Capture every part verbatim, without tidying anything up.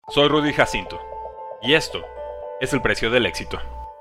Soy Rudy Jacinto, y esto es el precio del éxito.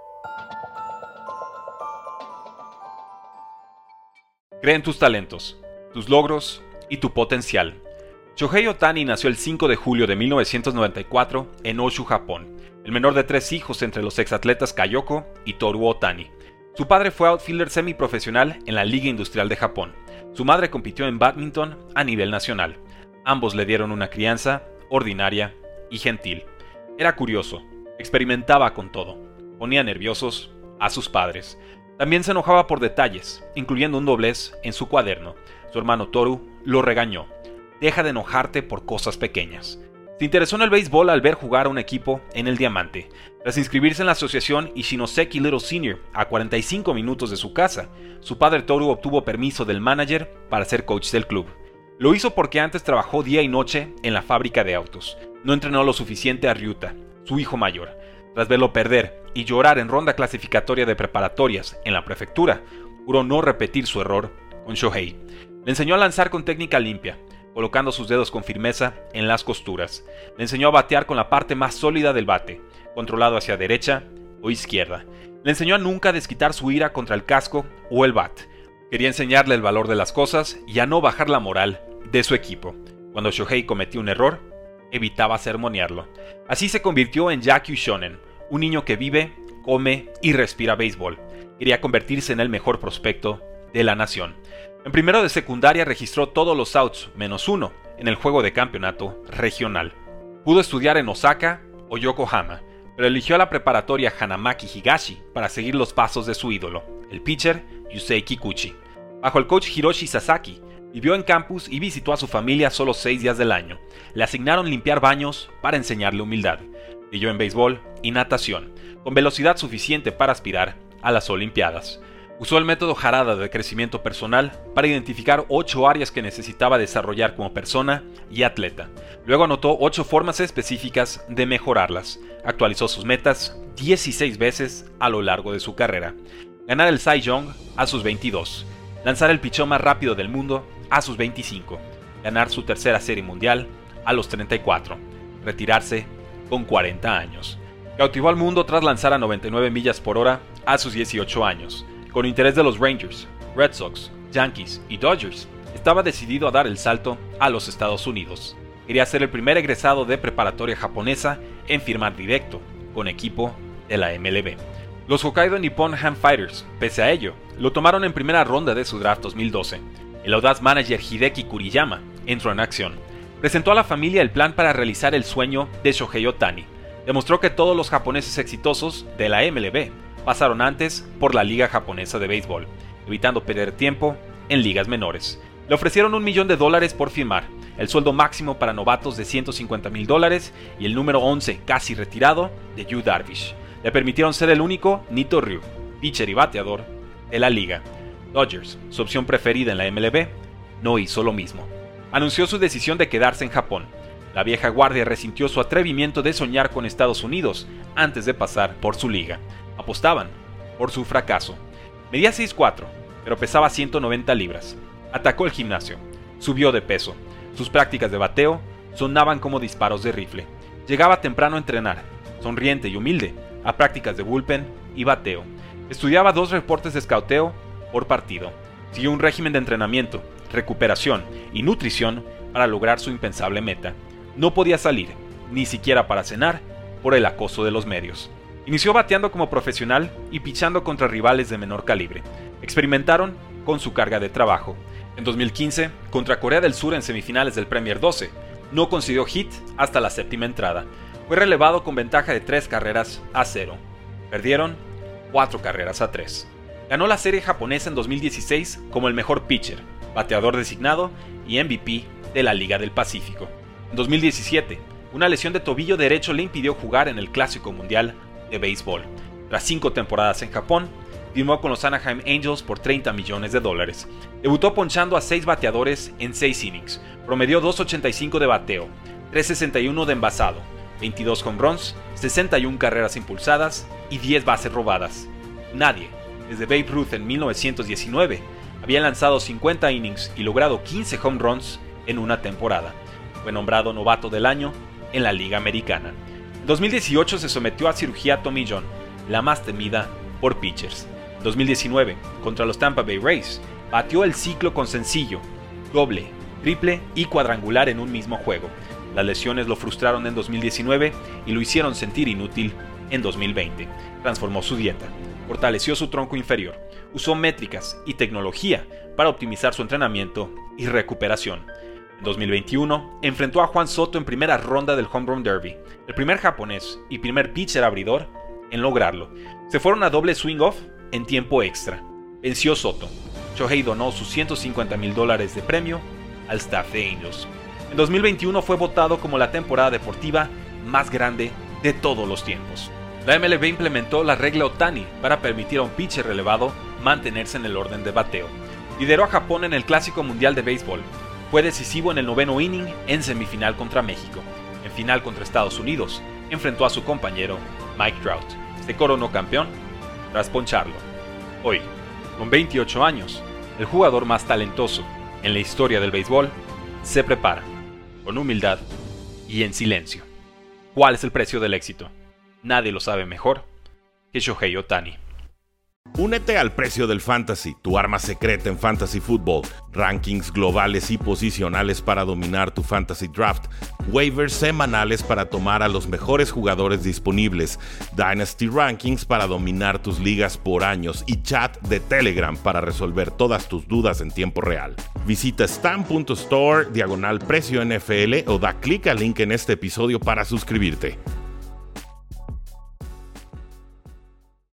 Cree en tus talentos, tus logros y tu potencial. Shohei Ohtani nació el cinco de julio de mil novecientos noventa y cuatro en Honshu, Japón, el menor de tres hijos entre los exatletas Kayoko y Toru Ohtani. Su padre fue outfielder semiprofesional en la Liga Industrial de Japón. Su madre compitió en bádminton a nivel nacional. Ambos le dieron una crianza ordinaria y gentil. Era curioso, experimentaba con todo, ponía nerviosos a sus padres. También se enojaba por detalles, incluyendo un doblez en su cuaderno. Su hermano Toru lo regañó. Deja de enojarte por cosas pequeñas. Se interesó en el béisbol al ver jugar a un equipo en el Diamante. Tras inscribirse en la asociación Ishinoseki Little Senior a cuarenta y cinco minutos de su casa, su padre Toru obtuvo permiso del manager para ser coach del club. Lo hizo porque antes trabajó día y noche en la fábrica de autos. No entrenó lo suficiente a Ryuta, su hijo mayor. Tras verlo perder y llorar en ronda clasificatoria de preparatorias en la prefectura, juró no repetir su error con Shohei. Le enseñó a lanzar con técnica limpia, colocando sus dedos con firmeza en las costuras. Le enseñó a batear con la parte más sólida del bate, controlado hacia derecha o izquierda. Le enseñó a nunca desquitar su ira contra el casco o el bat. Quería enseñarle el valor de las cosas y a no bajar la moral de su equipo. Cuando Shohei cometió un error, evitaba sermonearlo. Así se convirtió en Yakyu Shonen, un niño que vive, come y respira béisbol. Quería convertirse en el mejor prospecto de la nación. En primero de secundaria registró todos los outs, menos uno, en el juego de campeonato regional. Pudo estudiar en Osaka o Yokohama, pero eligió a la preparatoria Hanamaki Higashi para seguir los pasos de su ídolo, el pitcher Yusei Kikuchi. Bajo el coach Hiroshi Sasaki, vivió en campus y visitó a su familia solo seis días del año. Le asignaron limpiar baños para enseñarle humildad. Brilló en béisbol y natación, con velocidad suficiente para aspirar a las Olimpiadas. Usó el método Harada de crecimiento personal para identificar ocho áreas que necesitaba desarrollar como persona y atleta. Luego anotó ocho formas específicas de mejorarlas. Actualizó sus metas dieciséis veces a lo largo de su carrera. Ganar el Cy Young a sus veintidós. Lanzar el pichón más rápido del mundo a sus veinticinco. Ganar su tercera serie mundial a los treinta y cuatro. Retirarse con cuarenta años. Cautivó al mundo tras lanzar a noventa y nueve millas por hora a sus dieciocho años. Con interés de los Rangers, Red Sox, Yankees y Dodgers, estaba decidido a dar el salto a los Estados Unidos. Quería ser el primer egresado de preparatoria japonesa en firmar directo con equipo de la M L B. Los Hokkaido Nippon Ham Fighters, pese a ello, lo tomaron en primera ronda de su draft dos mil doce. El audaz manager Hideki Kuriyama entró en acción. Presentó a la familia el plan para realizar el sueño de Shohei Ohtani. Demostró que todos los japoneses exitosos de la M L B pasaron antes por la Liga Japonesa de Béisbol, evitando perder tiempo en ligas menores. Le ofrecieron un millón de dólares por firmar, el sueldo máximo para novatos de ciento cincuenta mil dólares y el número once casi retirado de Yu Darvish. Le permitieron ser el único Nito Ryu, pitcher y bateador de la liga. Dodgers, su opción preferida en la M L B, no hizo lo mismo. Anunció su decisión de quedarse en Japón. La vieja guardia resintió su atrevimiento de soñar con Estados Unidos antes de pasar por su liga. Apostaban por su fracaso. Medía seis cuatro, pero pesaba ciento noventa libras. Atacó el gimnasio. Subió de peso. Sus prácticas de bateo sonaban como disparos de rifle. Llegaba temprano a entrenar, sonriente y humilde, a prácticas de bullpen y bateo. Estudiaba dos reportes de escauteo por partido. Siguió un régimen de entrenamiento, recuperación y nutrición para lograr su impensable meta. No podía salir, ni siquiera para cenar, por el acoso de los medios. Inició bateando como profesional y pichando contra rivales de menor calibre. Experimentaron con su carga de trabajo. En dos mil quince, contra Corea del Sur en semifinales del Premier doce, no consiguió hit hasta la séptima entrada. Fue relevado con ventaja de tres carreras a cero. Perdieron cuatro carreras a tres. Ganó la serie japonesa en dos mil dieciséis como el mejor pitcher, bateador designado y M V P de la Liga del Pacífico. En dos mil diecisiete, una lesión de tobillo derecho le impidió jugar en el Clásico Mundial de Béisbol. Tras cinco temporadas en Japón, firmó con los Anaheim Angels por treinta millones de dólares. Debutó ponchando a seis bateadores en seis innings. Promedió dos ochenta y cinco de bateo, tres sesenta y uno de envasado, veintidós home runs, sesenta y una carreras impulsadas y diez bases robadas. Nadie, desde Babe Ruth en mil novecientos diecinueve, había lanzado cincuenta innings y logrado quince home runs en una temporada. Fue nombrado novato del año en la Liga Americana. En dos mil dieciocho se sometió a cirugía Tommy John, la más temida por pitchers. En dos mil diecinueve, contra los Tampa Bay Rays, batió el ciclo con sencillo, doble, triple y cuadrangular en un mismo juego. Las lesiones lo frustraron en dos mil diecinueve y lo hicieron sentir inútil en dos mil veinte. Transformó su dieta, fortaleció su tronco inferior, usó métricas y tecnología para optimizar su entrenamiento y recuperación. En dos mil veintiuno, enfrentó a Juan Soto en primera ronda del Home Run Derby, el primer japonés y primer pitcher abridor en lograrlo. Se fueron a doble swing-off en tiempo extra. Venció Soto. Shohei donó sus ciento cincuenta mil dólares de premio al staff de Angels. En dos mil veintiuno fue votado como la temporada deportiva más grande de todos los tiempos. La M L B implementó la regla Ohtani para permitir a un pitcher relevado mantenerse en el orden de bateo. Lideró a Japón en el Clásico Mundial de Béisbol. Fue decisivo en el noveno inning en semifinal contra México. En final contra Estados Unidos, enfrentó a su compañero Mike Trout. Se coronó campeón tras poncharlo. Hoy, con veintiocho años, el jugador más talentoso en la historia del béisbol se prepara, con humildad y en silencio. ¿Cuál es el precio del éxito? Nadie lo sabe mejor que Shohei Ohtani. Únete al Precio del Fantasy, tu arma secreta en Fantasy Football. Rankings globales y posicionales para dominar tu Fantasy Draft. Waivers semanales para tomar a los mejores jugadores disponibles. Dynasty Rankings para dominar tus ligas por años. Y chat de Telegram para resolver todas tus dudas en tiempo real. Visita stan punto store diagonal precio N F L o da clic al link en este episodio para suscribirte.